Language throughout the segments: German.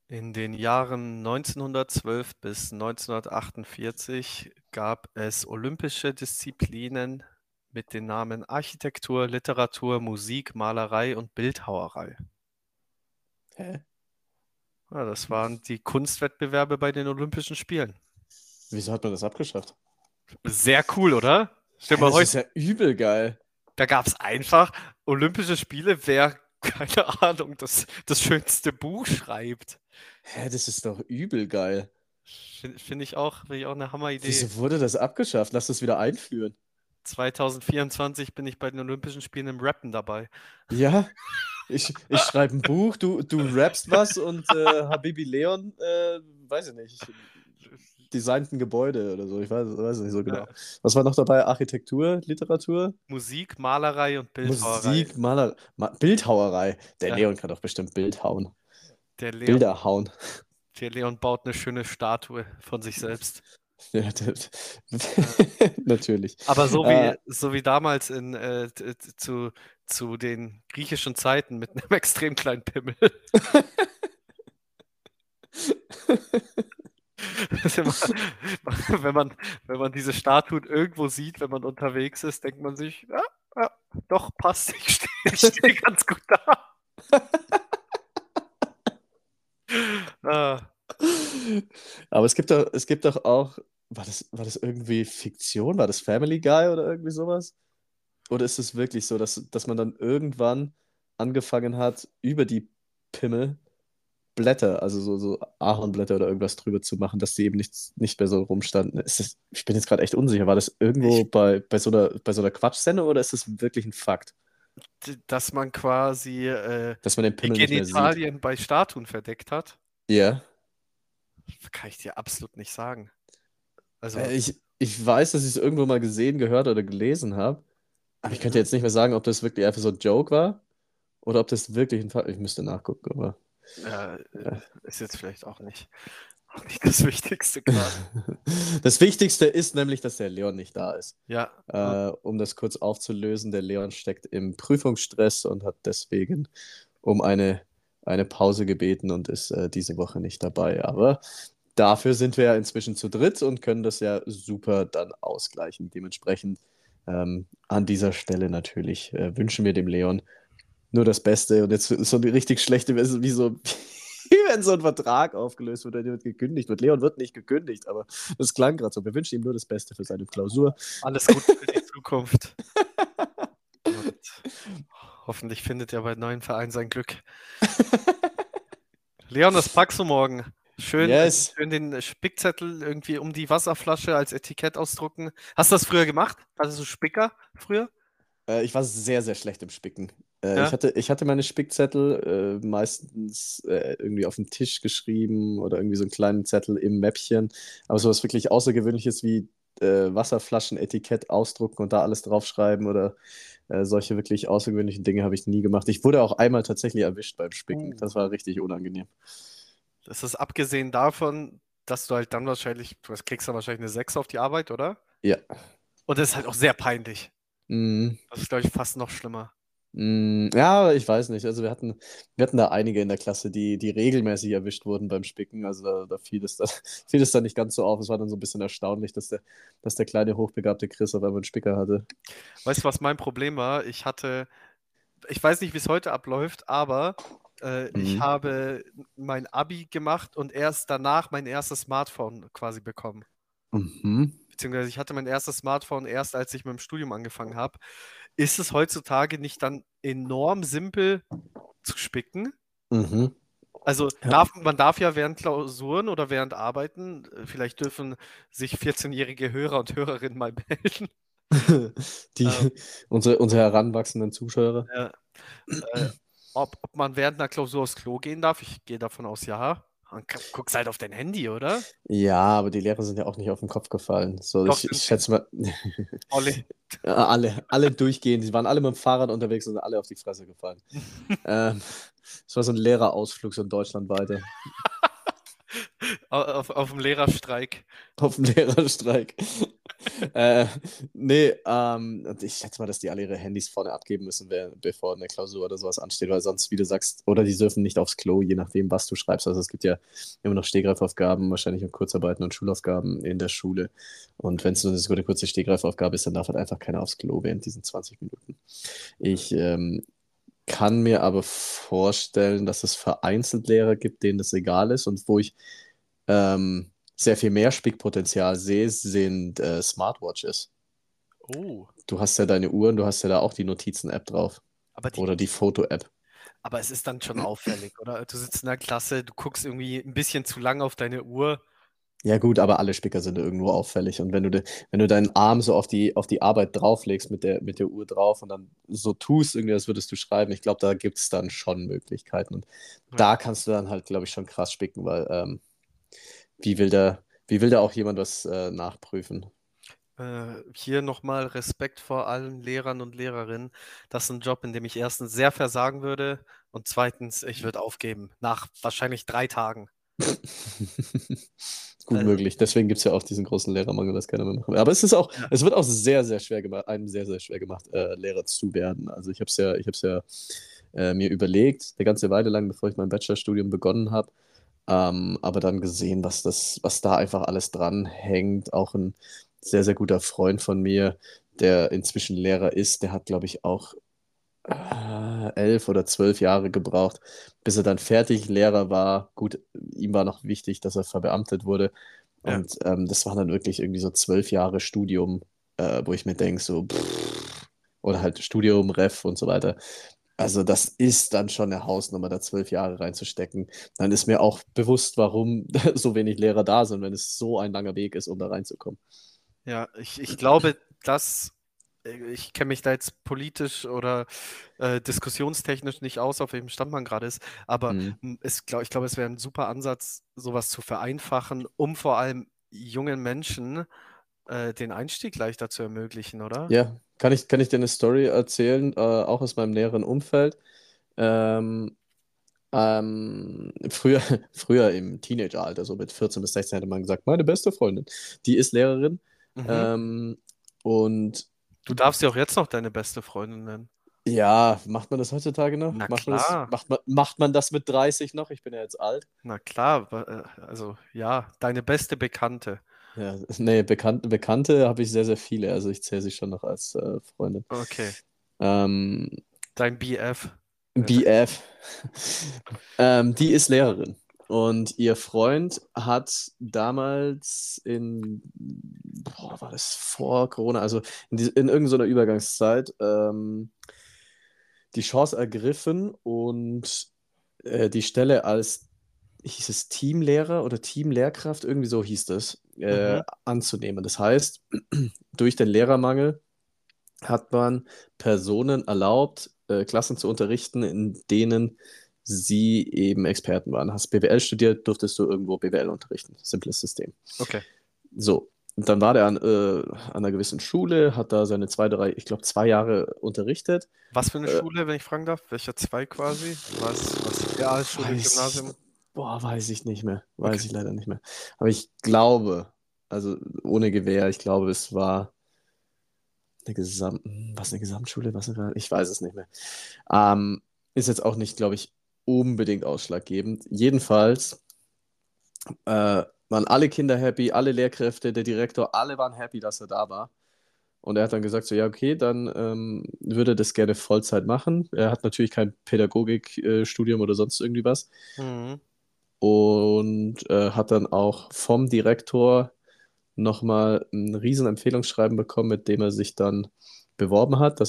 In den Jahren 1912 bis 1948 gab es olympische Disziplinen mit den Namen Architektur, Literatur, Musik, Malerei und Bildhauerei. Hä? Ja, das waren die Kunstwettbewerbe bei den Olympischen Spielen. Wieso hat man das abgeschafft? Sehr cool, oder? Stell Hä, mal das heute, ist ja übel geil. da gab es einfach Olympische Spiele, wer, keine Ahnung, das schönste Buch schreibt. Hä, das ist doch übel geil. Finde ich auch eine Hammeridee. Wieso wurde das abgeschafft? Lass das wieder einführen. 2024 bin ich bei den Olympischen Spielen im Rappen dabei. Ja, ich schreibe ein Buch, du rappst was und Habibi Leon, weiß ich nicht, designt ein Gebäude oder so. Ich weiß nicht so Ja. genau. Was war noch dabei? Architektur, Literatur, Musik, Malerei und Bildhauerei. Musik, Bildhauerei. Der Ja, Leon kann doch bestimmt Bild hauen. der Leon, Bilder hauen. der Leon baut eine schöne Statue von sich selbst. Ja, Ja. natürlich. Aber so wie, Äh, so wie damals zu den griechischen Zeiten mit einem extrem kleinen Pimmel. Das ist immer, wenn man, wenn man diese Statuen irgendwo sieht, wenn man unterwegs ist, denkt man sich, ja, ja, doch, passt, ich steh ganz gut da. Ah, aber es gibt doch auch, war das irgendwie Fiktion? War das Family Guy oder irgendwie sowas? Oder ist es wirklich so, dass man dann irgendwann angefangen hat, über die Pimmel Blätter, also so Ahornblätter oder irgendwas drüber zu machen, dass die eben nicht mehr so rumstanden? Ich bin jetzt gerade echt unsicher. War das irgendwo ich, bei so einer Quatschsendung oder ist das wirklich ein Fakt, dass man quasi dass man den die Pimmel nicht mehr sieht? Genitalien bei Statuen verdeckt hat, Ja. kann ich dir absolut nicht sagen. Also, Ich weiß, dass ich es irgendwo mal gesehen, gehört oder gelesen habe, aber ich könnte ja, jetzt nicht mehr sagen, ob das wirklich einfach so ein Joke war oder ob das wirklich ein Fakt. Ich müsste nachgucken, aber. äh, Ja. ist jetzt vielleicht auch nicht das Wichtigste gerade. Das Wichtigste ist nämlich, dass der Leon nicht da ist. Ja, Um das kurz aufzulösen, der Leon steckt im Prüfungsstress und hat deswegen um eine Pause gebeten und ist diese Woche nicht dabei. Aber dafür sind wir ja inzwischen zu dritt und können das ja super dann ausgleichen. Dementsprechend an dieser Stelle natürlich wünschen wir dem Leon nur das Beste. Und jetzt so eine richtig schlechte, wie so, wie wenn so ein Vertrag aufgelöst wird, der wird gekündigt wird. Leon wird nicht gekündigt, aber das klang gerade so. Wir wünschen ihm nur das Beste für seine Klausur. alles Gute für die Zukunft. Und hoffentlich findet er bei neuen Verein sein Glück. Leon, was packst du morgen? Schön, Yes. schön den Spickzettel irgendwie um die Wasserflasche als Etikett ausdrucken. Hast du das früher gemacht? Hattest du Spicker früher? Ich war sehr, sehr schlecht im Spicken. Ich Ja. hatte meine Spickzettel meistens irgendwie auf den Tisch geschrieben oder irgendwie so einen kleinen Zettel im Mäppchen. Aber sowas wirklich Außergewöhnliches wie Wasserflaschen-Etikett ausdrucken und da alles draufschreiben oder solche wirklich außergewöhnlichen Dinge habe ich nie gemacht. Ich wurde auch einmal tatsächlich erwischt beim Spicken. Uh. Das war richtig unangenehm. Das ist abgesehen davon, dass du halt dann wahrscheinlich, du kriegst dann wahrscheinlich eine 6 auf die Arbeit, oder? Ja. Und das ist halt auch sehr peinlich. Mm. Das ist, glaube ich, fast noch schlimmer. Ja, ich weiß nicht. Also wir hatten da einige in der Klasse, die regelmäßig erwischt wurden beim Spicken. Also da fiel es dann, fiel es dann nicht ganz so auf. Es war dann so ein bisschen erstaunlich, dass der kleine, hochbegabte Chris auf einmal einen Spicker hatte. Weißt du, was mein Problem war? Ich weiß nicht, wie es heute abläuft, aber ich Mhm. habe mein Abi gemacht und erst danach mein erstes Smartphone quasi bekommen. Mhm. Beziehungsweise ich hatte mein erstes Smartphone erst, als ich mit dem Studium angefangen habe. Ist es heutzutage nicht dann enorm simpel zu spicken? Mhm. Also Ja. man darf ja während Klausuren oder während Arbeiten, vielleicht dürfen sich 14-jährige Hörer und Hörerinnen mal melden. Die, Ähm, unsere heranwachsenden Zuschauer. ja, äh, ob man während einer Klausur aufs Klo gehen darf. Ich gehe davon aus, ja. Und guckst halt auf dein Handy, oder? Ja, aber die Lehrer sind ja auch nicht auf den Kopf gefallen. So, Doch, ich sind sie. schätze mal, Olli. alle durchgehend. Die waren alle mit dem Fahrrad unterwegs und sind alle auf die Fresse gefallen. Ähm, Das war so ein Lehrerausflug, so ein deutschlandweiter. Auf dem Lehrerstreik. Auf dem Lehrerstreik. Äh, nee, ich schätze mal, dass die alle ihre Handys vorne abgeben müssen, bevor eine Klausur oder sowas ansteht, weil sonst, wie du sagst, oder die dürfen nicht aufs Klo, je nachdem, was du schreibst. Also es gibt ja immer noch Stehgreifaufgaben, wahrscheinlich auch Kurzarbeiten und Schulaufgaben in der Schule. Und wenn es nur eine kurze Stehgreifaufgabe ist, dann darf halt einfach keiner aufs Klo während diesen 20 Minuten. Ich kann mir aber vorstellen, dass es vereinzelt Lehrer gibt, denen das egal ist und wo ich sehr viel mehr Spickpotenzial sehe, sind Smartwatches. Oh, Du hast ja deine Uhren, du hast ja da auch die Notizen-App drauf. aber die, Oder die Foto-App. aber es ist dann schon auffällig, oder? Du sitzt in der Klasse, du guckst irgendwie ein bisschen zu lang auf deine Uhr. Ja, gut, aber alle Spicker sind irgendwo auffällig. Und wenn du deinen Arm so auf die Arbeit drauflegst mit der Uhr drauf und dann so tust, irgendwie, als würdest du schreiben, ich glaube, da gibt es dann schon Möglichkeiten. Und Ja. da kannst du dann halt, glaube ich, schon krass spicken, weil wie will da auch jemand was nachprüfen? Hier nochmal Respekt vor allen Lehrern und Lehrerinnen. Das ist ein Job, in dem ich erstens sehr versagen würde und zweitens, ich würde aufgeben. Nach wahrscheinlich 3 Tagen. Gut Also, möglich. Deswegen gibt es ja auch diesen großen Lehrermangel, dass keiner mehr machen will. Aber es ist auch, ja. es wird auch sehr, sehr schwer gemacht, einem sehr, sehr schwer gemacht, Lehrer zu werden. Also ich habe es ja mir überlegt, eine ganze Weile lang, bevor ich mein Bachelorstudium begonnen habe. Aber dann gesehen, was da einfach alles dran hängt. Auch ein sehr, sehr guter Freund von mir, der inzwischen Lehrer ist, der hat, glaube ich, auch 11 oder 12 Jahre gebraucht, bis er dann fertig Lehrer war. Gut, ihm war noch wichtig, dass er verbeamtet wurde. Ja. Und das waren dann wirklich irgendwie so 12 Jahre Studium, wo ich mir denke, so, oder halt Studium, Ref und so weiter. Also das ist dann schon eine Hausnummer, da 12 Jahre reinzustecken. Dann ist mir auch bewusst, warum so wenig Lehrer da sind, wenn es so ein langer Weg ist, um da reinzukommen. Ja, ich glaube, ich kenne mich da jetzt politisch oder diskussionstechnisch nicht aus, auf welchem Stand man gerade ist, aber Mhm. ich glaube, es wäre ein super Ansatz, sowas zu vereinfachen, um vor allem jungen Menschen den Einstieg leichter zu ermöglichen, oder? Ja, kann ich dir eine Story erzählen, auch aus meinem näheren Umfeld. Ähm, früher, früher im Teenageralter, so mit 14 bis 16, hätte man gesagt, meine beste Freundin, die ist Lehrerin. Mhm. Ähm, und Du darfst ja auch jetzt noch deine beste Freundin nennen. ja, macht man das heutzutage noch? Na klar, Macht man das mit 30 noch? Ich bin ja jetzt alt. na klar, also ja, deine beste Bekannte. Ja, nee, Bekannte habe ich sehr, sehr viele. Also ich zähle sie schon noch als Freundin. Okay, Ähm, dein BF. BF. Die ist Lehrerin. Und ihr Freund hat damals boah, war das vor Corona, also in irgendeiner Übergangszeit, die Chance ergriffen und die Stelle als, hieß es Teamlehrer oder Teamlehrkraft, irgendwie so hieß es, Mhm. anzunehmen. Das heißt, durch den Lehrermangel hat man Personen erlaubt, Klassen zu unterrichten, in denen sie eben Experten waren. Hast BWL studiert, durftest du irgendwo BWL unterrichten. Simples System. Okay. So, und dann war der an einer gewissen Schule, hat da seine 2, 3, ich glaube 2 Jahre unterrichtet. Was für eine Äh, Schule, wenn ich fragen darf? Welcher zwei quasi? Was? Realschule, weiß, Gymnasium? weiß ich nicht mehr. Okay. Weiß ich leider nicht mehr. Aber ich glaube, also ohne Gewehr, ich glaube, es war eine Gesamtschule, ich weiß es nicht mehr. Ist jetzt auch nicht, glaube ich, unbedingt ausschlaggebend. Jedenfalls waren alle Kinder happy, alle Lehrkräfte, der Direktor, alle waren happy, dass er da war. Und er hat dann gesagt, so ja, okay, dann würde er das gerne Vollzeit machen. Er hat natürlich kein Pädagogikstudium oder sonst irgendwie was. Mhm. Und hat dann auch vom Direktor nochmal ein riesen Empfehlungsschreiben bekommen, mit dem er sich dann beworben hat,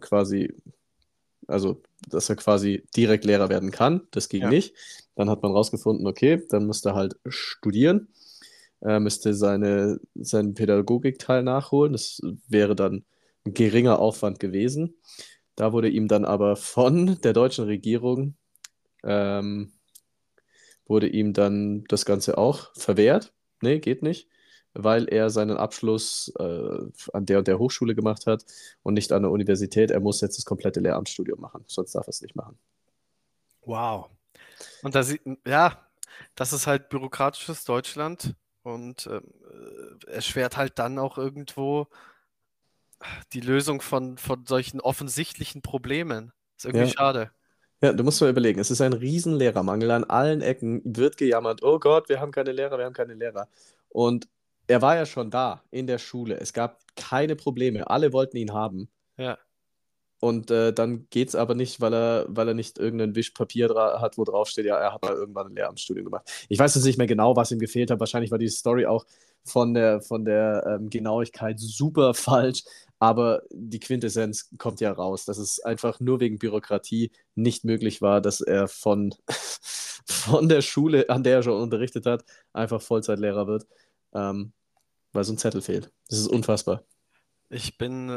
dass er quasi direkt Lehrer werden kann. Das ging Ja, nicht. Dann hat man rausgefunden, okay, dann müsste er halt studieren, müsste seinen Pädagogikteil nachholen. Das wäre dann ein geringer Aufwand gewesen. Da wurde ihm dann aber von der deutschen Regierung, ähm, wurde ihm dann das Ganze auch verwehrt. Nee, geht nicht, weil er seinen Abschluss an der und der Hochschule gemacht hat und nicht an der Universität. Er muss jetzt das komplette Lehramtsstudium machen, sonst darf er es nicht machen. wow. Und da sieht, ja, das ist halt bürokratisches Deutschland. und erschwert halt dann auch irgendwo die Lösung von solchen offensichtlichen Problemen. Ist irgendwie Ja. schade. Ja, du musst mal überlegen, es ist ein riesen Lehrermangel an allen Ecken, wird gejammert, oh Gott, wir haben keine Lehrer, wir haben keine Lehrer. Und er war ja schon da in der Schule, es gab keine Probleme, alle wollten ihn haben. Ja. Und dann geht es aber nicht, weil er nicht irgendein Wischpapier hat, wo drauf steht, ja, er hat mal irgendwann ein Lehramtsstudium gemacht. Ich weiß jetzt nicht mehr genau, was ihm gefehlt hat. Wahrscheinlich war die Story auch von der Genauigkeit super falsch. Aber die Quintessenz kommt ja raus, dass es einfach nur wegen Bürokratie nicht möglich war, dass er von der Schule, an der er schon unterrichtet hat, einfach Vollzeitlehrer wird, weil so ein Zettel fehlt. Das ist unfassbar. Ich bin,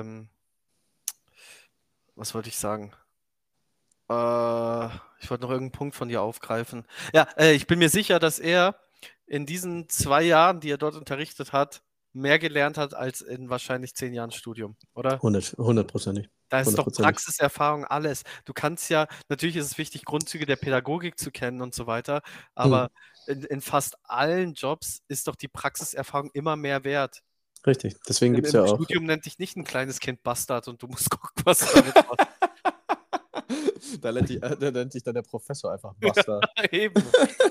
was wollte ich sagen? Ich wollte noch irgendeinen Punkt von dir aufgreifen. Ja, ich bin mir sicher, dass er in diesen 2 Jahren, die er dort unterrichtet hat, mehr gelernt hat als in wahrscheinlich 10 Jahren Studium, oder? 100%ig. Da ist doch 100%ig. Praxiserfahrung alles. Du kannst ja, natürlich ist es wichtig, Grundzüge der Pädagogik zu kennen und so weiter, Hm. aber in fast allen Jobs ist doch die Praxiserfahrung immer mehr wert. Richtig, deswegen Im, gibt es im ja auch. Studium nennt dich nicht ein kleines Kind Bastard und du musst gucken, was du damit machst. Da nennt dich dann der Professor einfach Bastard. Eben.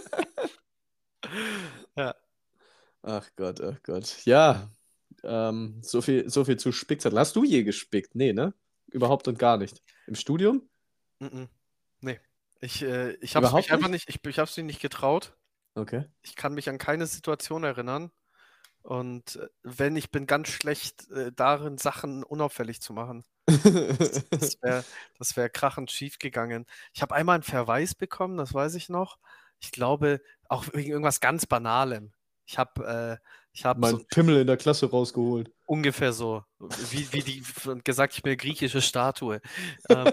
Ja. Ach Gott, ach Gott. Ja, so viel zu Spickzettel. Hast du je gespickt? Nee, ne? Überhaupt und gar nicht. Im Studium? Mhm. Nee. Ich habe es mich Überhaupt einfach nicht? nicht, ich habe es mir nicht getraut. Okay. Ich kann mich an keine Situation erinnern. Und wenn, ich bin ganz schlecht darin, Sachen unauffällig zu machen. Das wäre das wär krachend schief gegangen. Ich habe einmal einen Verweis bekommen, das weiß ich noch. Ich glaube, auch wegen irgendwas ganz Banalem. Ich hab so Mein Pimmel in der Klasse rausgeholt. ungefähr so, wie die gesagt, ich bin eine griechische Statue. Ähm,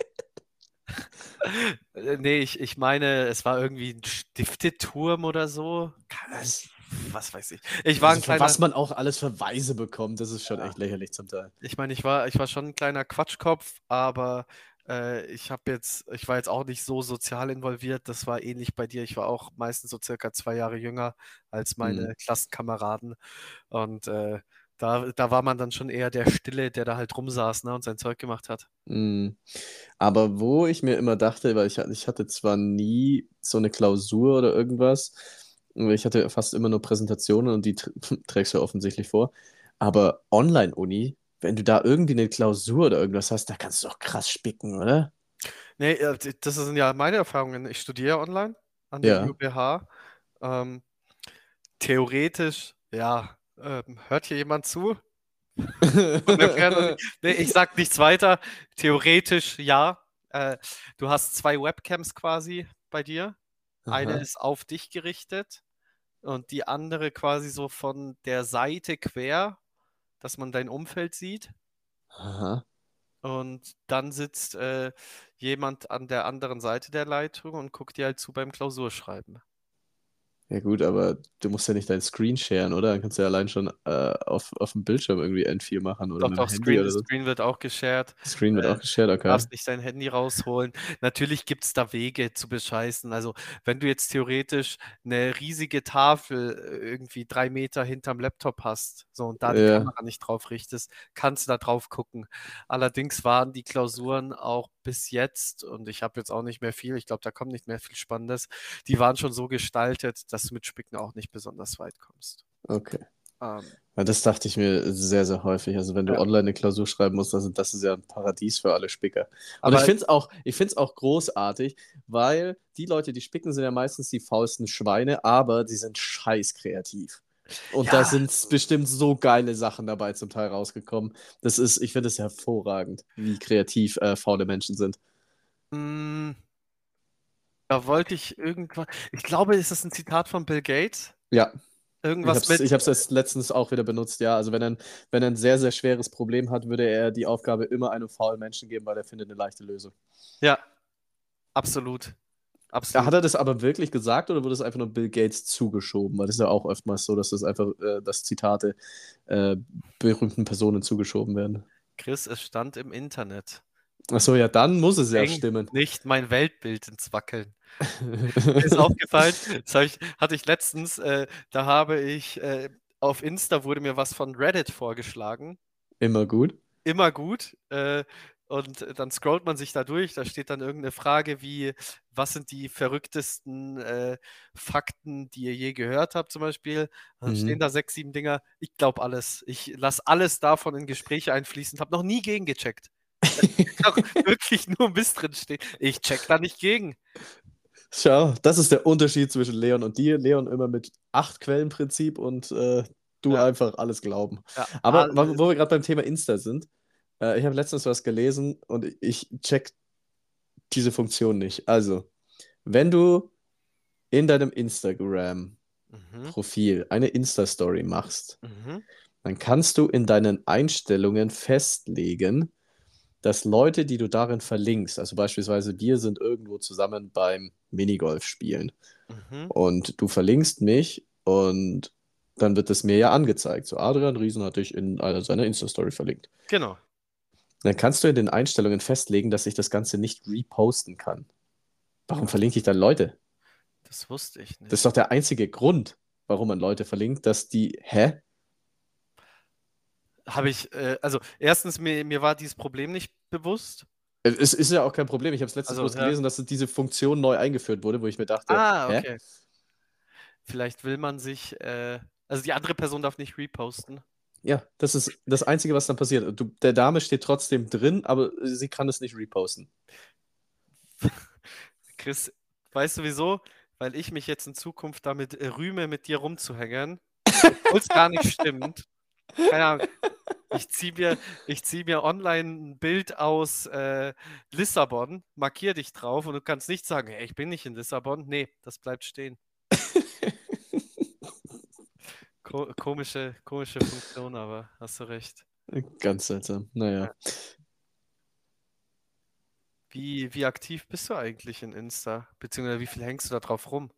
nee, ich meine, es war irgendwie ein Stifteturm oder so. Was? Was weiß ich. Ich war Also ein für kleiner, was man auch alles Verweise bekommt, das ist schon echt lächerlich zum Teil. ich meine, ich war schon ein kleiner Quatschkopf, aber ich war jetzt auch nicht so sozial involviert. Das war ähnlich bei dir. Ich war auch meistens so circa 2 Jahre jünger als Hm. meine Klassenkameraden. Und da war man dann schon eher der Stille, der da halt rumsaß, ne, und sein Zeug gemacht hat. Hm. Aber wo ich mir immer dachte, weil ich hatte zwar nie so eine Klausur oder irgendwas, ich hatte fast immer nur Präsentationen und die trägst du ja offensichtlich vor, aber Online-Uni, wenn du da irgendwie eine Klausur oder irgendwas hast, da kannst du doch krass spicken, oder? Nee, das sind ja meine Erfahrungen. Ich studiere online an der Ja. IUBH. Ähm, theoretisch, ja, hört hier jemand zu? Von der Ferne. Nee, ich sag nichts weiter. Theoretisch ja. Du hast zwei Webcams quasi bei dir. Eine Aha, ist auf dich gerichtet und die andere quasi so von der Seite quer, dass man dein Umfeld sieht. aha. Und dann sitzt jemand an der anderen Seite der Leitung und guckt dir halt zu beim Klausurschreiben. Ja gut, aber du musst ja nicht dein Screen sharen, oder? Dann kannst du ja allein schon auf dem Bildschirm irgendwie N4 machen oder Doch, mit dem doch, Handy oder so. Screen wird auch geshared. Screen wird Äh, auch geshared, okay. darfst nicht dein Handy rausholen. Natürlich gibt es da Wege zu bescheißen. Also, wenn du jetzt theoretisch eine riesige Tafel irgendwie 3 Meter hinterm Laptop hast, so und da die Ja. Kamera nicht drauf richtest, kannst du da drauf gucken. Allerdings waren die Klausuren auch bis jetzt, und ich habe jetzt auch nicht mehr viel, ich glaube, da kommt nicht mehr viel Spannendes, die waren schon so gestaltet, dass du mit Spicken auch nicht besonders weit kommst. Okay. Ähm, Ja, das dachte ich mir sehr, sehr häufig. Also wenn du ja. online eine Klausur schreiben musst, also das ist ja ein Paradies für alle Spicker. Und ich Aber finde es auch großartig, weil die Leute, die spicken, sind ja meistens die faulsten Schweine, aber die sind scheiß kreativ. Und da ja, sind bestimmt so geile Sachen dabei zum Teil rausgekommen. Ich finde es hervorragend, wie kreativ faule Menschen sind. mh, da wollte ich irgendwas. Ich glaube, ist das ein Zitat von Bill Gates? Ja, ich Irgendwas hab's, mit, ich hab's erst letztens auch wieder benutzt, ja. Also wenn er ein sehr, sehr schweres Problem hat, würde er die Aufgabe immer einem faulen Menschen geben, weil er findet eine leichte Lösung. ja, absolut. Ja, hat Absolut. er das aber wirklich gesagt oder wurde es einfach nur Bill Gates zugeschoben? Weil das ist ja auch oftmals so, dass das einfach, dass Zitate äh, berühmten Personen zugeschoben werden. Chris, es stand im Internet. Achso, ja, dann muss es ja Bringt stimmen. nicht mein Weltbild ins Wackeln. Mir ist aufgefallen, hatte ich letztens, da habe ich auf Insta wurde mir was von Reddit vorgeschlagen. Immer gut. Immer gut. Und dann scrollt man sich da durch, da steht dann irgendeine Frage wie, was sind die verrücktesten Fakten, die ihr je gehört habt, zum Beispiel. Dann stehen Mhm. da 6, 7 Dinger. Ich glaube alles. Ich lasse alles davon in Gespräche einfließen. Habe noch nie gegengecheckt. Da kann auch wirklich nur Mist drin stehen. Ich check da nicht gegen. Schau, das ist der Unterschied zwischen Leon und dir. Leon immer mit 8-Quellen-Prinzip und du Ja, einfach alles glauben. ja, Aber wo wir gerade beim Thema Insta sind, ich habe letztens was gelesen und ich check diese Funktion nicht. Also, wenn du in deinem Mhm, Instagram-Profil eine Insta-Story machst, mhm, dann kannst du in deinen Einstellungen festlegen, dass Leute, die du darin verlinkst, also beispielsweise wir sind irgendwo zusammen beim Minigolf spielen mhm. und du verlinkst mich und dann wird es mir ja angezeigt. So, Adrian Riesen hat dich in einer seiner Insta-Story verlinkt. Genau. Dann kannst du in den Einstellungen festlegen, dass ich das Ganze nicht reposten kann. Warum verlinke ich dann Leute? Das wusste ich Das ist nicht. doch der einzige Grund, warum man Leute verlinkt, dass die, hä? Habe ich, also erstens, mir war dieses Problem nicht bewusst. Es ist ja auch kein Problem. Ich habe es letztens Also, bloß ja. gelesen, dass diese Funktion neu eingeführt wurde, wo ich mir dachte, hä? Okay. Vielleicht will man sich, also die andere Person darf nicht reposten. Ja, das ist das Einzige, was dann passiert. Der Dame steht trotzdem drin, aber sie kann es nicht reposten. Chris, weißt du wieso? Weil ich mich jetzt in Zukunft damit rühme, mit dir rumzuhängen, obwohl es gar nicht stimmt. Keine Ahnung. Ich ziehe mir, ich zieh mir online ein Bild aus Lissabon, markiere dich drauf und du kannst nicht sagen, hey, ich bin nicht in Lissabon. Nee, das bleibt stehen. Komische Funktion, aber hast du recht. Ganz seltsam. Naja. Ja. Wie aktiv bist du eigentlich in Insta? Beziehungsweise wie viel hängst du da drauf rum?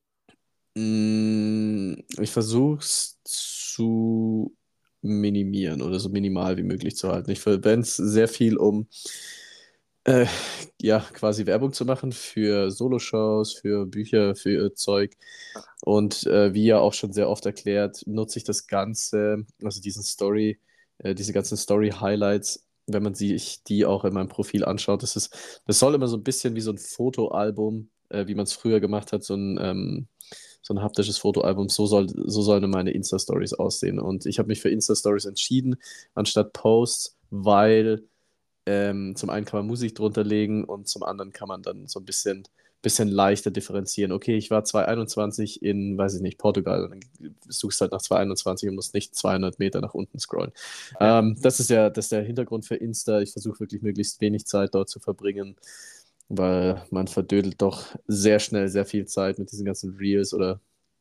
Ich versuche es zu minimieren oder so minimal wie möglich zu halten. Ich verwende es sehr viel, um äh, ja, quasi Werbung zu machen für Soloshows, für Bücher, für ihr Zeug. Und wie ja auch schon sehr oft erklärt, nutze ich das Ganze, also diese ganzen Story-Highlights, wenn man sich die auch in meinem Profil anschaut. Das soll immer so ein bisschen wie so ein Fotoalbum, wie man es früher gemacht hat, so ein haptisches Fotoalbum, so sollen meine Insta-Stories aussehen. Und ich habe mich für Insta-Stories entschieden, anstatt Posts, weil zum einen kann man Musik drunter legen und zum anderen kann man dann so ein bisschen leichter differenzieren. Okay, ich war 2021 in, weiß ich nicht, Portugal. Und dann suchst halt nach 2021 und musst nicht 200 Meter nach unten scrollen. Ja. Das ist der Hintergrund für Insta. Ich versuche wirklich möglichst wenig Zeit dort zu verbringen, weil man verdödelt doch sehr schnell sehr viel Zeit mit diesen ganzen Reels oder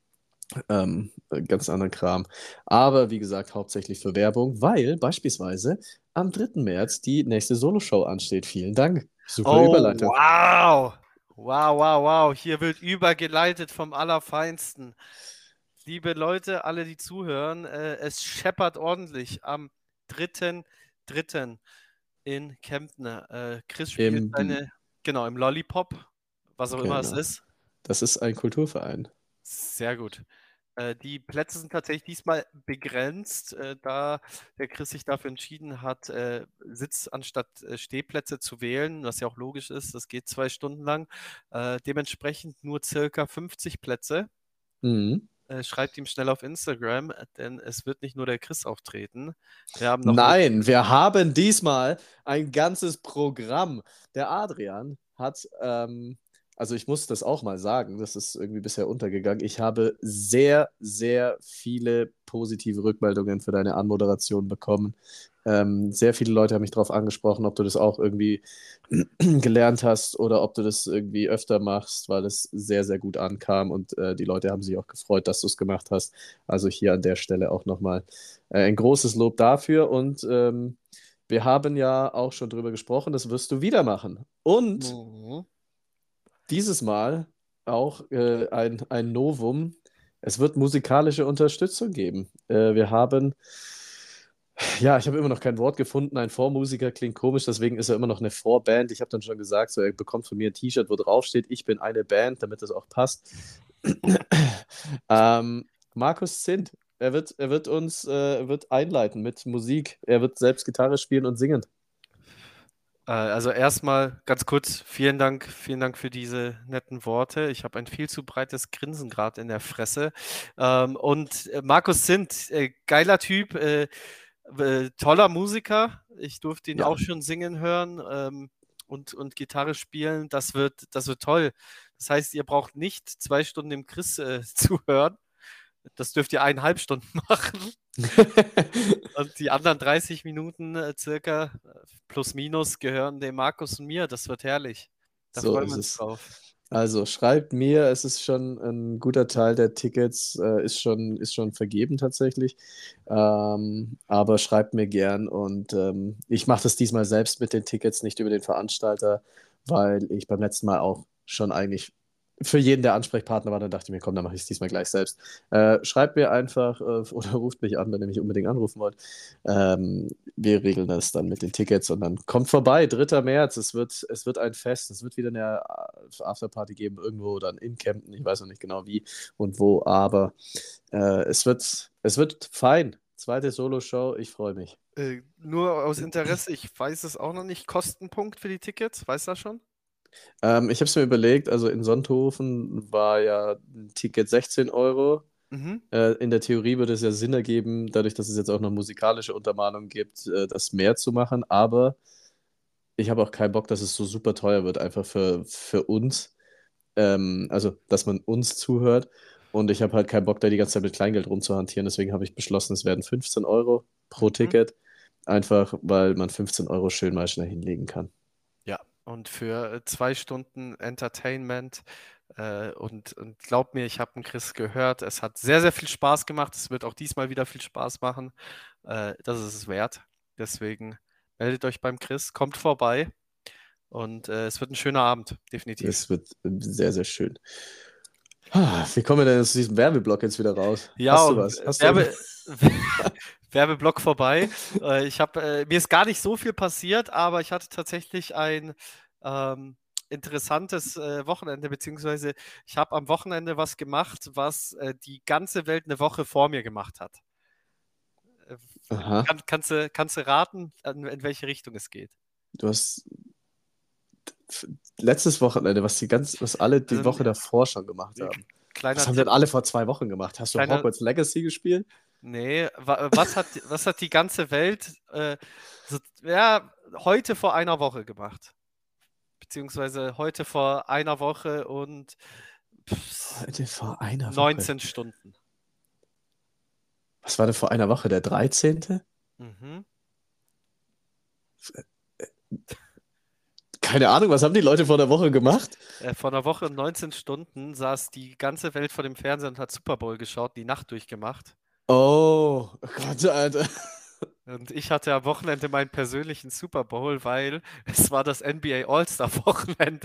ganz anderen Kram. Aber wie gesagt, hauptsächlich für Werbung, weil beispielsweise am 3. März die nächste Soloshow ansteht. Vielen Dank. Super Oh, Überleitung. wow. Wow, wow, wow. Hier wird übergeleitet vom Allerfeinsten. Liebe Leute, alle, die zuhören, es scheppert ordentlich am 3.3. in Kempten. Chris spielt Im, seine, genau, im Lollipop, was auch immer es genau. ist. Das ist ein Kulturverein. Sehr gut. Die Plätze sind tatsächlich diesmal begrenzt, da der Chris sich dafür entschieden hat, Sitz anstatt Stehplätze zu wählen, was ja auch logisch ist. Das geht 2 Stunden lang. Dementsprechend nur circa 50 Plätze. Mhm. Schreibt ihm schnell auf Instagram, denn es wird nicht nur der Chris auftreten. Wir haben noch mit. Nein, wir haben diesmal ein ganzes Programm. Der Adrian hat, also ich muss das auch mal sagen, das ist irgendwie bisher untergegangen. Ich habe sehr, sehr viele positive Rückmeldungen für deine Anmoderation bekommen. Sehr viele Leute haben mich darauf angesprochen, ob du das auch irgendwie gelernt hast oder ob du das irgendwie öfter machst, weil es sehr, sehr gut ankam und die Leute haben sich auch gefreut, dass du es gemacht hast. Also hier an der Stelle auch nochmal ein großes Lob dafür und wir haben ja auch schon drüber gesprochen, das wirst du wieder machen. Und Mhm. dieses Mal auch ein Novum. Es wird musikalische Unterstützung geben. Wir haben Ja, ich habe immer noch kein Wort gefunden. Ein Vormusiker klingt komisch, deswegen ist er immer noch eine Vorband. Ich habe dann schon gesagt, so, er bekommt von mir ein T-Shirt, wo drauf steht, ich bin eine Band, damit das auch passt. Markus Zint, er wird einleiten mit Musik. Er wird selbst Gitarre spielen und singen. Also erstmal ganz kurz, vielen Dank für diese netten Worte. Ich habe ein viel zu breites Grinsen gerade in der Fresse. Markus Zint, geiler Typ, toller Musiker. Ich durfte ihn Ja, auch schon singen hören und Gitarre spielen. Das wird toll. Das heißt, ihr braucht nicht 2 Stunden dem Chris zuhören. Das dürft ihr 1,5 Stunden machen. Und die anderen 30 Minuten circa, plus minus, gehören dem Markus und mir. Das wird herrlich. Da so freuen wir ist uns es. drauf. Also schreibt mir, es ist schon ein guter Teil der Tickets, ist schon vergeben tatsächlich. Aber schreibt mir gern und ich mache das diesmal selbst mit den Tickets, nicht über den Veranstalter, weil ich beim letzten Mal auch schon eigentlich für jeden der Ansprechpartner war. Dann dachte ich mir, komm, dann mache ich es diesmal gleich selbst. Schreibt mir einfach oder ruft mich an, wenn ihr mich unbedingt anrufen wollt. Wir regeln das dann mit den Tickets und dann kommt vorbei, 3. März. Es wird ein Fest. Es wird wieder eine Afterparty geben, irgendwo dann in Kempten. Ich weiß noch nicht genau wie und wo, aber es wird fein. Zweite Solo-Show, ich freue mich. Nur aus Interesse, ich weiß es auch noch nicht. Kostenpunkt für die Tickets, weißt du das schon? Ich habe es mir überlegt, also in Sonthofen war ja ein Ticket 16 Euro. Mhm. In der Theorie würde es ja Sinn ergeben, dadurch, dass es jetzt auch noch musikalische Untermalung gibt, das mehr zu machen. Aber ich habe auch keinen Bock, dass es so super teuer wird, einfach für uns. Also, dass man uns zuhört. Und ich habe halt keinen Bock, da die ganze Zeit mit Kleingeld rumzuhantieren. Deswegen habe ich beschlossen, es werden 15 Euro pro Mhm. Ticket. Einfach, weil man 15 Euro schön mal schnell hinlegen kann. Ja, und für 2 Stunden Entertainment und glaub mir, ich habe den Chris gehört. Es hat sehr, sehr viel Spaß gemacht. Es wird auch diesmal wieder viel Spaß machen. Das ist es wert. Deswegen meldet euch beim Chris, kommt vorbei und es wird ein schöner Abend, definitiv. Es wird sehr, sehr schön. Wie kommen wir denn aus diesem Werbeblock jetzt wieder raus? Ja, Hast du und was? Hast du irgendwas? Werbeblock vorbei. Mir ist gar nicht so viel passiert, aber ich hatte tatsächlich ein interessantes Wochenende, beziehungsweise ich habe am Wochenende was gemacht, was die ganze Welt eine Woche vor mir gemacht hat. Äh, Aha. kannst du raten, in welche Richtung es geht? Du hast letztes Wochenende, was alle die Also ein Woche davor schon gemacht haben. Was kleiner haben denn Tipp, alle vor 2 Wochen gemacht? Hast du kleiner, Hogwarts Legacy gespielt? nee, was hat die ganze Welt ja, heute vor einer Woche gemacht? Beziehungsweise heute vor einer Woche und Heute vor einer Woche. 19 Stunden. Was war denn vor einer Woche? Der 13.? Mhm. Keine Ahnung, was haben die Leute vor der Woche gemacht? Vor einer Woche und 19 Stunden saß die ganze Welt vor dem Fernseher und hat Super Bowl geschaut, die Nacht durchgemacht. Oh, Gott, Alter. Und ich hatte am Wochenende meinen persönlichen Super Bowl, weil es war das NBA All-Star-Wochenende.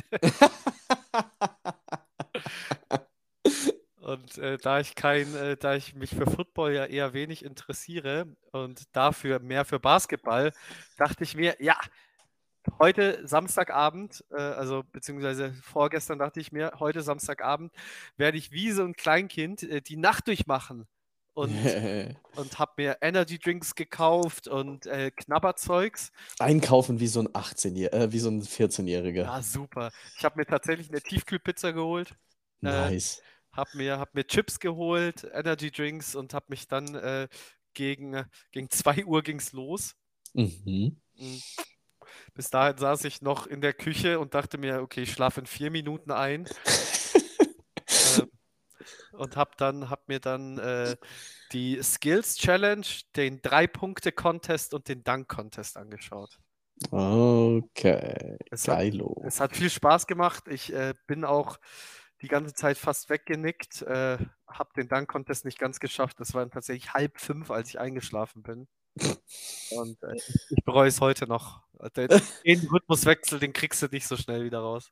Und da ich mich für Football ja eher wenig interessiere und dafür mehr für Basketball, dachte ich mir, ja, heute Samstagabend, also beziehungsweise vorgestern dachte ich mir, heute Samstagabend werde ich wie so ein Kleinkind die Nacht durchmachen und habe mir Energy Drinks gekauft und Knabberzeugs. Einkaufen wie so ein 18-Jähriger, wie so ein 14-Jähriger. Ja, super. Ich habe mir tatsächlich eine Tiefkühlpizza geholt, äh, Nice. hab mir Chips geholt, Energy Drinks und habe mich dann gegen 2 Uhr ging's los. Mhm. Mm. Bis dahin saß ich noch in der Küche und dachte mir, okay, ich schlafe in 4 Minuten ein. Ähm, und hab mir dann die Skills Challenge, den 3-Punkte-Contest und den Dunk-Contest angeschaut. Okay, Es hat, geilo. es hat viel Spaß gemacht. Ich bin auch die ganze Zeit fast weggenickt, habe den Dunk-Contest nicht ganz geschafft. Das war tatsächlich 4:30, als ich eingeschlafen bin. Und ich bereue es heute noch. Den Rhythmuswechsel, den kriegst du nicht so schnell wieder raus.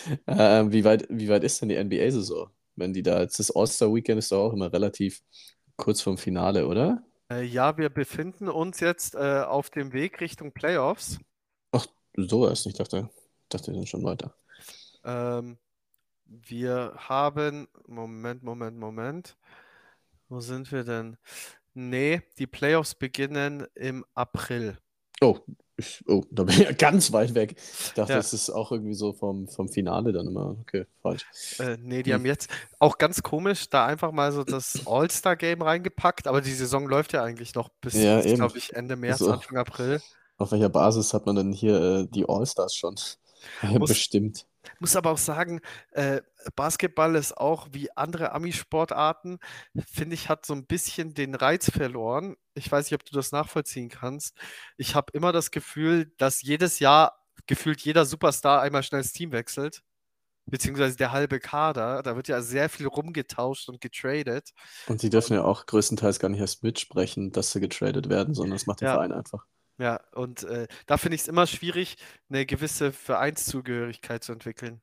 Wie weit ist denn die NBA-Saison? Wenn die da, jetzt das All-Star-Weekend ist doch auch immer relativ kurz vorm Finale, oder? Ja, wir befinden uns jetzt auf dem Weg Richtung Playoffs. Ach, sowas. Ich dachte, wir sind schon weiter. Ähm, Wir haben, Moment. Wo sind wir denn? Nee, die Playoffs beginnen im April. Oh, da bin ich ja ganz weit weg. Ich dachte, Ja, es ist auch irgendwie so vom Finale dann immer. Okay, falsch. nee, die Hm. haben jetzt auch ganz komisch da einfach mal so das All-Star-Game reingepackt, aber die Saison läuft ja eigentlich noch Ja, bis eben. glaube ich, Ende März, So, Anfang April. auf welcher Basis hat man denn hier die All-Stars schon Muss, bestimmt? muss aber auch sagen, äh, Basketball ist auch wie andere Ami-Sportarten, finde ich, hat so ein bisschen den Reiz verloren. Ich weiß nicht, ob du das nachvollziehen kannst. Ich habe immer das Gefühl, dass jedes Jahr gefühlt jeder Superstar einmal schnell das Team wechselt, beziehungsweise der halbe Kader. Da wird ja sehr viel rumgetauscht und getradet. Und die dürfen ja auch größtenteils gar nicht erst mitsprechen, dass sie getradet werden, sondern das macht der Ja, Verein einfach. ja, und da finde ich es immer schwierig, eine gewisse Vereinszugehörigkeit zu entwickeln.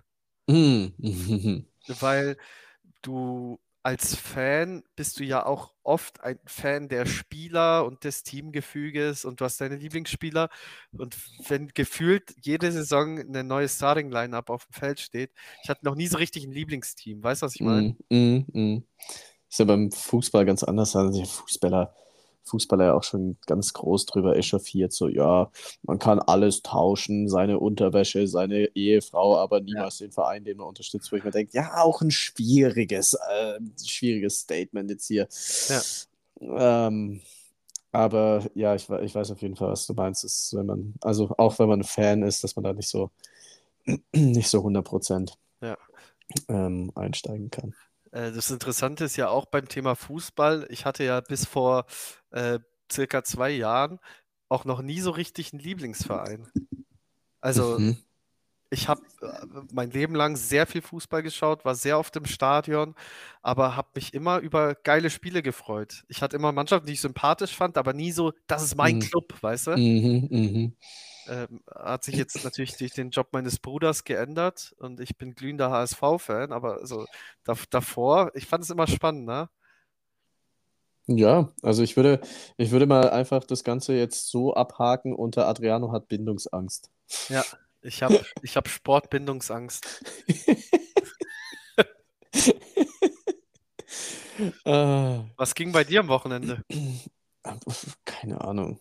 Hm. Weil du als Fan bist du ja auch oft ein Fan der Spieler und des Teamgefüges und du hast deine Lieblingsspieler. Und wenn gefühlt jede Saison eine neue Starting-Lineup auf dem Feld steht, ich hatte noch nie so richtig ein Lieblingsteam. Weißt du, was ich meine? Ist ja beim Fußball ganz anders. Da sind die Fußballer ja auch schon ganz groß drüber echauffiert. So, ja, man kann alles tauschen, seine Unterwäsche, seine Ehefrau, aber Ja. niemals den Verein, den man unterstützt, wo ich mir denke, ja, auch ein schwieriges Statement jetzt hier. Ja. Ähm, aber ja, ich weiß auf jeden Fall, was du meinst, ist, wenn man, also auch wenn man ein Fan ist, dass man da nicht so 100% Ja. einsteigen kann. Das Interessante ist ja auch beim Thema Fußball. Ich hatte ja bis vor äh, circa 2 Jahren auch noch nie so richtig einen Lieblingsverein. Also Mhm. ich habe mein Leben lang sehr viel Fußball geschaut, war sehr oft im Stadion, aber habe mich immer über geile Spiele gefreut. Ich hatte immer Mannschaften, die ich sympathisch fand, aber nie so, das ist mein Mhm. Club, weißt du? Mhm. Mhm. Hat sich jetzt natürlich durch den Job meines Bruders geändert und ich bin glühender HSV-Fan, aber so davor, ich fand es immer spannend, ne? Ja, also ich würde mal einfach das Ganze jetzt so abhaken unter Adriano hat Bindungsangst. Ja, ich hab Sportbindungsangst. Ah, Was ging bei dir am Wochenende? keine Ahnung.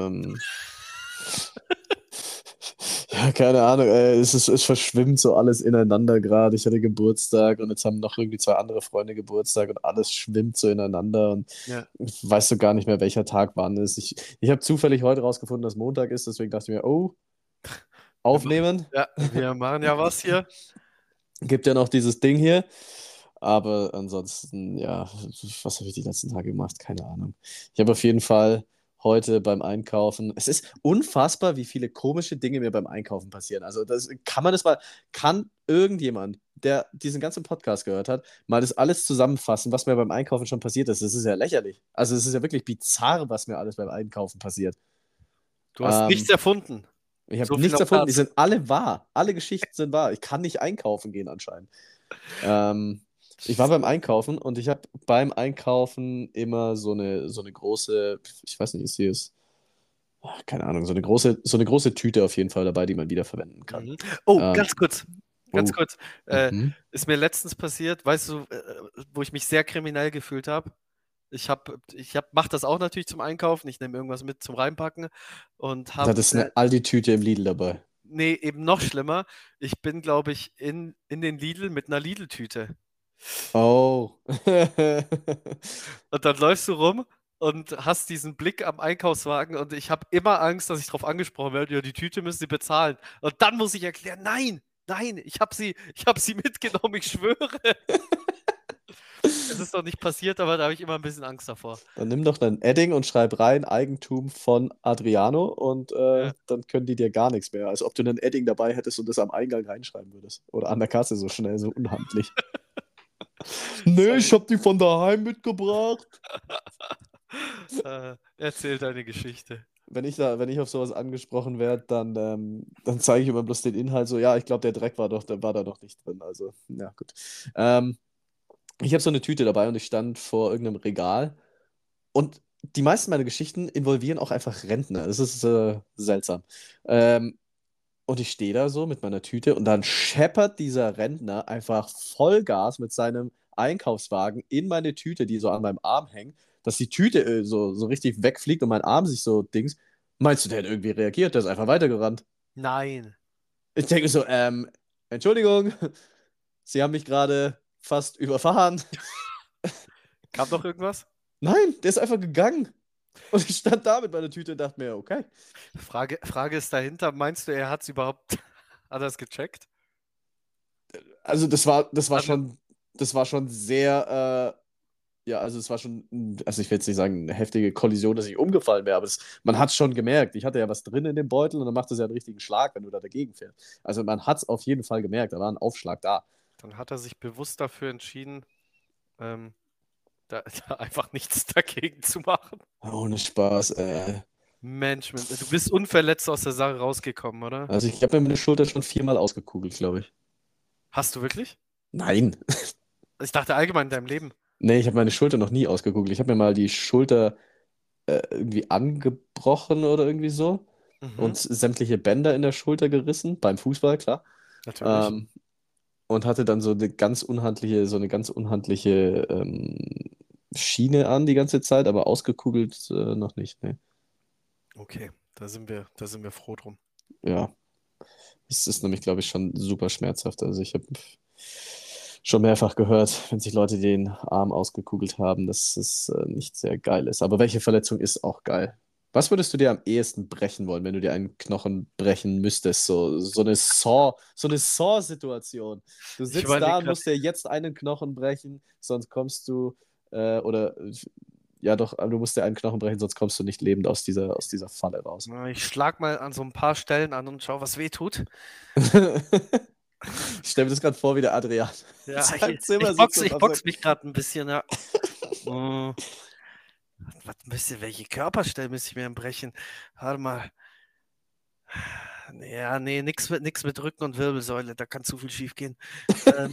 Ja, keine Ahnung. Es verschwimmt so alles ineinander gerade. Ich hatte Geburtstag und jetzt haben noch irgendwie zwei andere Freunde Geburtstag und alles schwimmt so ineinander und Ja. ich weiß so gar nicht mehr, welcher Tag wann ist. Ich habe zufällig heute rausgefunden, dass Montag ist, deswegen dachte ich mir, oh, aufnehmen. Wir machen ja was hier. Gibt ja noch dieses Ding hier. Aber ansonsten, ja, was habe ich die letzten Tage gemacht? Keine Ahnung. Ich habe auf jeden Fall heute beim Einkaufen. Es ist unfassbar, wie viele komische Dinge mir beim Einkaufen passieren. Also, kann irgendjemand, der diesen ganzen Podcast gehört hat, mal das alles zusammenfassen, was mir beim Einkaufen schon passiert ist? Das ist ja lächerlich. Also, es ist ja wirklich bizarr, was mir alles beim Einkaufen passiert. Du hast nichts Ähm, erfunden. Ich habe So viel nichts noch erfunden. Die dazu. sind alle wahr. Alle Geschichten sind wahr. Ich kann nicht einkaufen gehen anscheinend. Ähm, Ich war beim Einkaufen und ich habe beim Einkaufen immer so eine große, ich weiß nicht, ist hier ist, keine Ahnung, so eine große Tüte auf jeden Fall dabei, die man wiederverwenden kann. Mhm. Oh, Ähm, ganz oh, kurz. mhm. Ist mir letztens passiert, weißt du, wo ich mich sehr kriminell gefühlt habe? Mach das auch natürlich zum Einkaufen. Ich nehme irgendwas mit zum Reinpacken und Da habe, ist eine Aldi-Tüte im Lidl dabei. nee, eben noch schlimmer. Ich bin, glaube ich, in den Lidl mit einer Lidl-Tüte. Oh. Und dann läufst du rum und hast diesen Blick am Einkaufswagen und ich habe immer Angst, dass ich darauf angesprochen werde, ja, die Tüte müssen Sie bezahlen. Und dann muss ich erklären, nein, ich habe sie mitgenommen, ich schwöre. Es ist doch nicht passiert, aber da habe ich immer ein bisschen Angst davor. Dann nimm doch dein Edding und schreib rein, Eigentum von Adriano und Ja. dann können die dir gar nichts mehr. Als ob du einen Edding dabei hättest und das am Eingang reinschreiben würdest. Oder an der Kasse so schnell, so unhandlich. Nee, ich Sorry. hab die von daheim mitgebracht. Erzähl deine Geschichte. Wenn ich auf sowas angesprochen werde, dann zeige ich immer bloß den Inhalt so, ja, ich glaube, der Dreck war da noch nicht drin. Also, ja, gut. Ich habe so eine Tüte dabei und ich stand vor irgendeinem Regal Und die meisten meiner Geschichten involvieren auch einfach Rentner. Das ist seltsam. Ähm, und ich stehe da so mit meiner Tüte und dann scheppert dieser Rentner einfach Vollgas mit seinem Einkaufswagen in meine Tüte, die so an meinem Arm hängt, dass die Tüte so richtig wegfliegt und mein Arm sich so Dings. Meinst du, der hat irgendwie reagiert? Der ist einfach weitergerannt. Nein. Ich denke so, Entschuldigung, Sie haben mich gerade fast überfahren. Kam noch irgendwas? Nein, der ist einfach gegangen. Und ich stand da mit meiner Tüte und dachte mir, okay. Frage ist dahinter, meinst du, er hat es überhaupt, hat er es gecheckt? Also Also, das war schon sehr, ja, also es war schon, also ich will jetzt nicht sagen, eine heftige Kollision, dass ich umgefallen wäre, aber man hat es schon gemerkt. Ich hatte ja was drin in dem Beutel und dann macht es ja einen richtigen Schlag, wenn du da dagegen fährst. Also man hat es auf jeden Fall gemerkt, da war ein Aufschlag da. dann hat er sich bewusst dafür entschieden, ähm, da einfach nichts dagegen zu machen. Ohne Spaß. Mensch, du bist unverletzt aus der Sache rausgekommen, oder? Also ich habe mir meine Schulter schon viermal ausgekugelt, glaube ich. Hast du wirklich? Nein. Ich dachte allgemein in deinem Leben. Nee, ich habe meine Schulter noch nie ausgekugelt. Ich habe mir mal die Schulter irgendwie angebrochen oder irgendwie so Mhm, und sämtliche Bänder in der Schulter gerissen, beim Fußball, klar. natürlich. Ähm, und hatte dann so eine ganz unhandliche Schiene an die ganze Zeit, aber ausgekugelt noch nicht. Ne? Okay, da sind wir froh drum. Ja, es ist nämlich, glaube ich, schon super schmerzhaft. Also ich habe schon mehrfach gehört, wenn sich Leute den Arm ausgekugelt haben, dass es nicht sehr geil ist. Aber welche Verletzung ist auch geil? Was würdest du dir am ehesten brechen wollen, wenn du dir einen Knochen brechen müsstest? So eine Saw-Situation. Du Ich sitzt überlege da und gerade, musst dir jetzt einen Knochen brechen, sonst kommst du, oder ja doch, du musst dir einen Knochen brechen, sonst kommst du nicht lebend aus dieser Falle raus. ich schlag mal an so ein paar Stellen an und schau, was weh tut. Ich stelle mir das gerade vor, wie der Adrian in Ja, seinem Zimmer sitzt und ich auf seinem. box mich gerade ein bisschen, ja. Hm, welche Körperstellen müsste ich mir denn brechen? Warte mal. Ja, nee, nix mit Rücken und Wirbelsäule, da kann zu viel schief gehen. Ähm,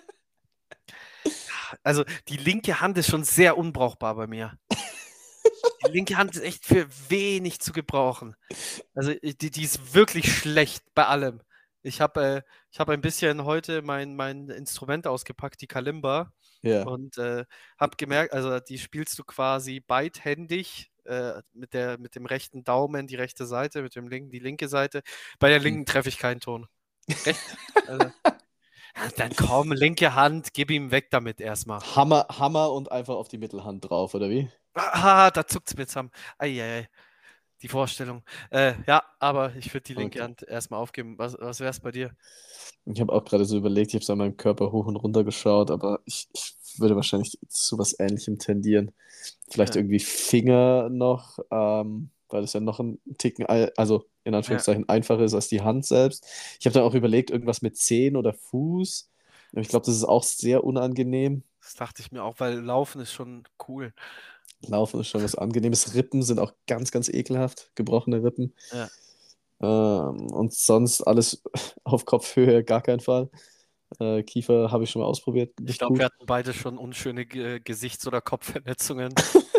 also die linke Hand ist schon sehr unbrauchbar bei mir. Die linke Hand ist echt für wenig zu gebrauchen. Also die ist wirklich schlecht bei allem. Ich hab ein bisschen heute mein Instrument ausgepackt, die Kalimba, Ja. und habe gemerkt, also die spielst du quasi beidhändig mit dem rechten Daumen die rechte Seite, mit dem linken die linke Seite. Bei der Hm. linken treffe ich keinen Ton. Rechts, also, dann komm, linke Hand, gib ihm weg damit erstmal. Hammer und einfach auf die Mittelhand drauf, oder wie? Da zuckt's mir zusammen. Eieiei. Die Vorstellung. Ja, aber ich würde die linke Okay. Hand erstmal aufgeben. Was wäre es bei dir? Ich habe auch gerade so überlegt, ich habe so an meinem Körper hoch und runter geschaut, aber ich würde wahrscheinlich zu was Ähnlichem tendieren. Vielleicht Ja, irgendwie Finger noch, weil das ja noch ein Ticken, also in ja, Anführungszeichen einfacher ist als die Hand selbst. Ich habe dann auch überlegt, irgendwas mit Zehen oder Fuß. Aber ich glaube, das ist auch sehr unangenehm. das dachte ich mir auch, weil Laufen ist schon cool. Laufen ist schon was Angenehmes. Rippen sind auch ganz, ganz ekelhaft, gebrochene Rippen. Ja. Und sonst alles auf Kopfhöhe, gar kein Fall. Kiefer habe ich schon mal ausprobiert, Ich nicht glaube, wir gut. hatten beide schon unschöne Gesichts- oder Kopfverletzungen.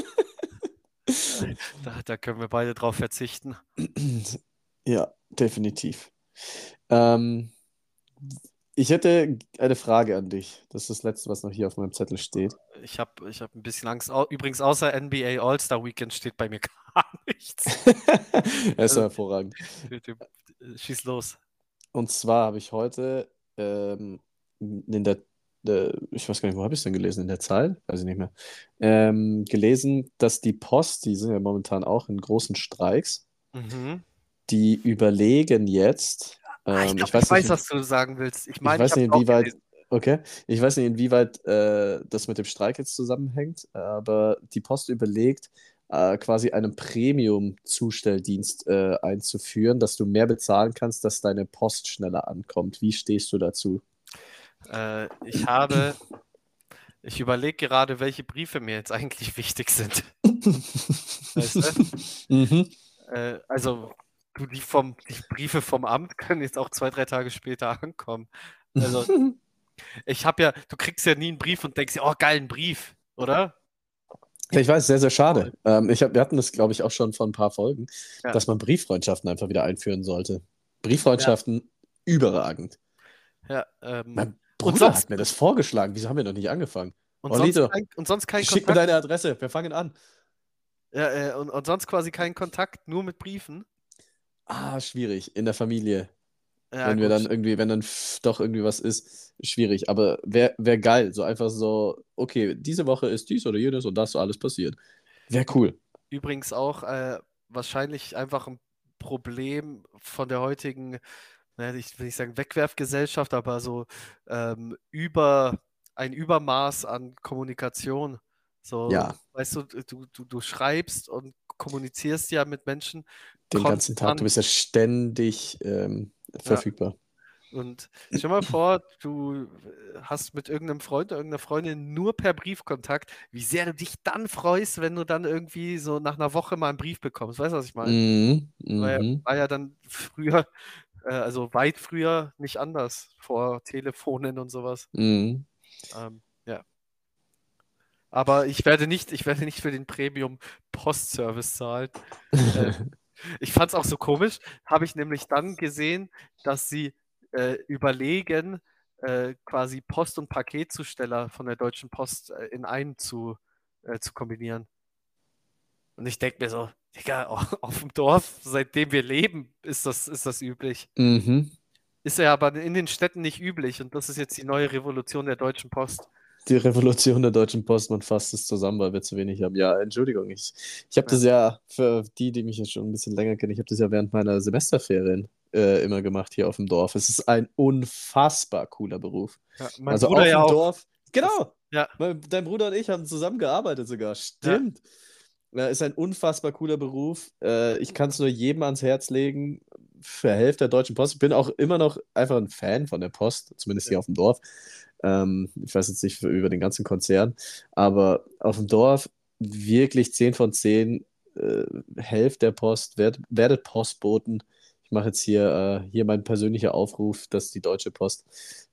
Da können wir beide drauf verzichten. Ja, definitiv. Ähm, ich hätte eine Frage an dich. Das ist das Letzte, was noch hier auf meinem Zettel steht. Ich hab ein bisschen Angst. Übrigens, außer NBA All-Star Weekend steht bei mir gar nichts. Er ist Also, ja hervorragend. bitte, schieß los. Und zwar habe ich heute in ich weiß gar nicht, wo habe ich es denn gelesen? In der Zeit? Weiß ich nicht mehr. Gelesen, dass die Post, die sind ja momentan auch in großen Streiks, Mhm. die überlegen jetzt, Ich ich glaube, ich weiß weiß, nicht, was du sagen willst. Ich ich meine, ich weiß habe nicht, es auch inwieweit, gelesen. okay, ich weiß nicht, inwieweit das mit dem Streik jetzt zusammenhängt, aber die Post überlegt, quasi einen Premium-Zustelldienst einzuführen, dass du mehr bezahlen kannst, dass deine Post schneller ankommt. Wie stehst du dazu? Äh, ich habe, ich überlege gerade, welche Briefe mir jetzt eigentlich wichtig sind. Weißt du? Mhm. Also, die Briefe vom Amt können jetzt auch 2, 3 Tage später ankommen. Also, du kriegst ja nie einen Brief und denkst dir, oh, geil, ein Brief, oder? Ich weiß, sehr, sehr schade. Toll. Wir hatten das, glaube ich, auch schon vor ein paar Folgen, Ja, dass man Brieffreundschaften einfach wieder einführen sollte. ja, Brieffreundschaften überragend. ja. Mein Und Bruder sonst, hat mir das vorgeschlagen. Wieso haben wir noch nicht angefangen? und sonst Olito, kein schick mir Kontakt. deine Adresse. Wir fangen an. Ja, und sonst quasi kein Kontakt, nur mit Briefen. Ah, schwierig. In der Familie. Ja, gut. Wenn dann doch irgendwie was ist, schwierig. Aber wär geil. So einfach so, okay, diese Woche ist dies oder jenes und das so alles passiert. Wäre Ü- cool. Übrigens auch wahrscheinlich einfach ein Problem von der heutigen, naja, ich will nicht sagen Wegwerfgesellschaft, aber so ein Übermaß an Kommunikation. So, Ja, weißt du, du schreibst und kommunizierst ja mit Menschen den ganzen Tag. Du konstant. bist ja ständig Ja. verfügbar. Und stell dir mal vor, du hast mit irgendeinem Freund oder irgendeiner Freundin nur per Brief Kontakt, wie sehr du dich dann freust, wenn du dann irgendwie so nach einer Woche mal einen Brief bekommst. Weißt du, was ich meine? Mhm, mhm, War ja dann früher, also weit früher nicht anders, vor Telefonen und sowas. mhm. Ja. Aber ich werde nicht für den Premium-Postservice zahlen. Äh, Ich fand es auch so komisch, habe ich nämlich dann gesehen, dass sie überlegen, quasi Post- und Paketzusteller von der Deutschen Post in einen zu kombinieren. Und ich denke mir so, Digga, auf dem Dorf, seitdem wir leben, ist das üblich. Mhm. Ist ja aber in den Städten nicht üblich und das ist jetzt die neue Revolution der Deutschen Post. Die Revolution der Deutschen Post, man fasst es zusammen, weil wir zu wenig haben. Ja, Entschuldigung, ich habe Ja, das ja, für die, die mich jetzt schon ein bisschen länger kennen, ich habe das ja während meiner Semesterferien immer gemacht hier auf dem Dorf. Es ist ein unfassbar cooler Beruf. ja, mein Also Bruder auf ja dem auch. Dorf, Das, genau, ja, dein Bruder und ich haben zusammengearbeitet sogar, ja, stimmt. Ist ein unfassbar cooler Beruf. Ich kann es nur jedem ans Herz legen. Verhelft der Deutschen Post. Ich bin auch immer noch einfach ein Fan von der Post, zumindest ja. hier auf dem Dorf. Ich weiß jetzt nicht über den ganzen Konzern, aber auf dem Dorf wirklich 10 von 10. Helft der Post, werdet Postboten. Ich mache jetzt hier meinen persönlicher Aufruf, dass die Deutsche Post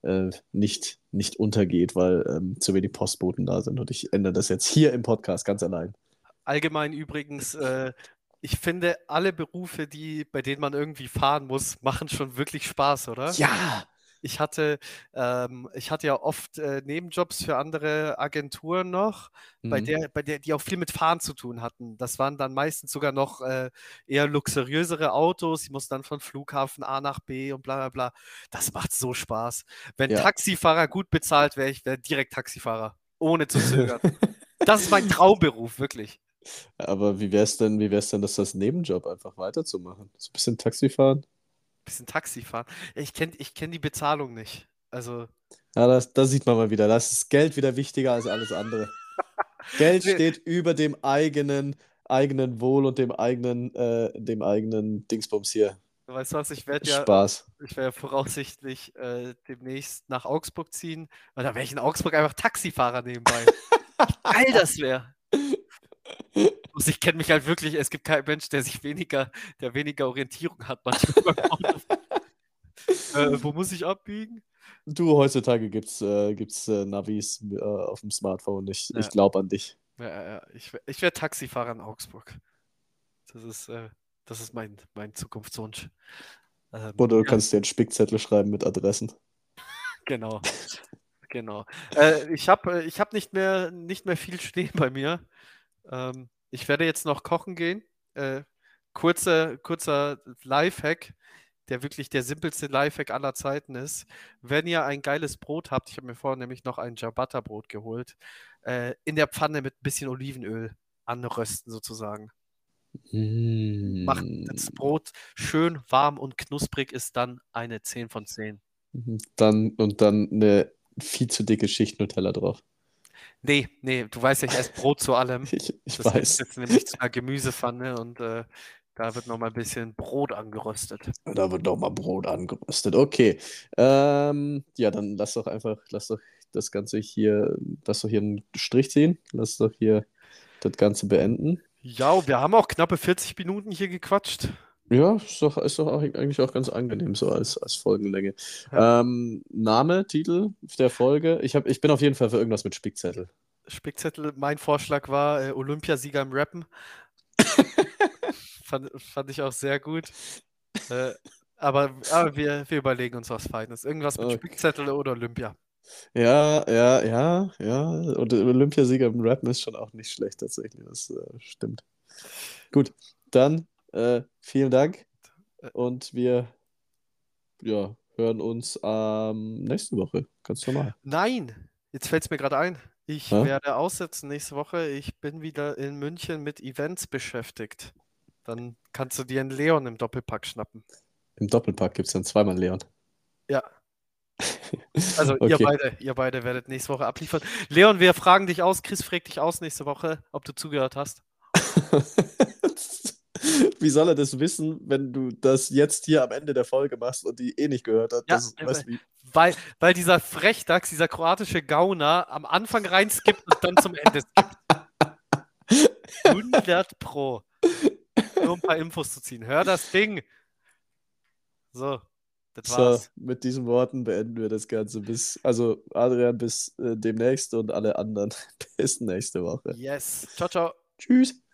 nicht untergeht, weil zu wenig Postboten da sind. Und ich ändere das jetzt hier im Podcast ganz allein. Allgemein übrigens, ich finde, alle Berufe, bei denen man irgendwie fahren muss, machen schon wirklich Spaß, oder? Ja. Ich hatte, ich hatte ja oft Nebenjobs für andere Agenturen noch, Mhm. die auch viel mit Fahren zu tun hatten. Das waren dann meistens sogar noch eher luxuriösere Autos, die mussten dann von Flughafen A nach B und bla bla bla. Das macht so Spaß. Wenn Ja. Taxifahrer gut bezahlt wäre, ich wäre direkt Taxifahrer, ohne zu zögern. Das ist mein Traumberuf, wirklich. Aber wie wär's denn, das Nebenjob einfach weiterzumachen? So ein bisschen Taxi fahren? Bisschen Taxi fahren. Ja, ich kenn die Bezahlung nicht. Also, Ja, da sieht man mal wieder, da ist Geld wieder wichtiger als alles andere. Geld nee, steht über dem eigenen Wohl und dem eigenen Dingsbums hier. weißt du was, Spaß. ich werde ja voraussichtlich demnächst nach Augsburg ziehen, weil da wäre ich in Augsburg einfach Taxifahrer nebenbei. Geil, das wäre. Ich kenne mich halt wirklich, es gibt keinen Mensch, der weniger Orientierung hat manchmal beim Auto. Wo muss ich abbiegen? Du, heutzutage gibt's Navis auf dem Smartphone. Ich Ja, glaube an dich. ich werde Taxifahrer in Augsburg. Das ist, äh, das ist mein Zukunftswunsch. Oder du Ja, kannst dir einen Spickzettel schreiben mit Adressen. genau. Genau. Ich hab nicht mehr viel stehen bei mir. Ich werde jetzt noch kochen gehen. Äh, kurzer Lifehack, der wirklich der simpelste Lifehack aller Zeiten ist. Wenn ihr ein geiles Brot habt, ich habe mir vorhin nämlich noch ein Ciabatta-Brot geholt, in der Pfanne mit ein bisschen Olivenöl anrösten sozusagen. Macht das Hm. Brot schön warm und knusprig, ist dann eine 10 von 10. Dann eine viel zu dicke Schicht Nutella drauf. Nee, du weißt ja, ich esse Brot zu allem. Ich Das ist weiß. jetzt nämlich zu einer Gemüsepfanne und da wird noch mal ein bisschen Brot angeröstet. Da wird doch mal Brot angeröstet. Okay. Ja, dann lass doch das Ganze hier, lass doch hier einen Strich ziehen. Lass doch hier das Ganze beenden. Ja, wir haben auch knappe 40 Minuten hier gequatscht. Ja, ist doch auch eigentlich auch ganz angenehm so als Folgenlänge. Ja. Name, Titel der Folge. Ich bin auf jeden Fall für irgendwas mit Spickzettel. Spickzettel. Mein Vorschlag war Olympiasieger im Rappen. Fand ich auch sehr gut. Äh, aber wir überlegen uns was Feines. Irgendwas mit Okay. Spickzettel oder Olympia. Ja, ja, ja, ja. Und der Olympiasieger im Rappen ist schon auch nicht schlecht tatsächlich. Das stimmt. Gut, dann vielen Dank Äh, und wir ja, hören uns nächste Woche. Ganz normal. Nein, jetzt fällt es mir gerade ein. Ich Ja? werde aussetzen nächste Woche. Ich bin wieder in München mit Events beschäftigt. Dann kannst du dir einen Leon im Doppelpack schnappen. Im Doppelpack gibt es dann zweimal Leon. Ja, also Okay. ihr beide werdet nächste Woche abliefern. Leon, wir fragen dich aus. Chris fragt dich aus nächste Woche, ob du zugehört hast. Wie soll er das wissen, wenn du das jetzt hier am Ende der Folge machst und die eh nicht gehört hat? Ja, Das, weißt du wie? weil dieser Frechdachs, dieser kroatische Gauner am Anfang reinskippt und dann zum Ende skippt. 100 Pro. Nur um ein paar Infos zu ziehen. Hör das Ding. So, das So, war's. mit diesen Worten beenden wir das Ganze. Also Adrian, bis demnächst und alle anderen bis nächste Woche. Yes. Ciao, ciao. Tschüss.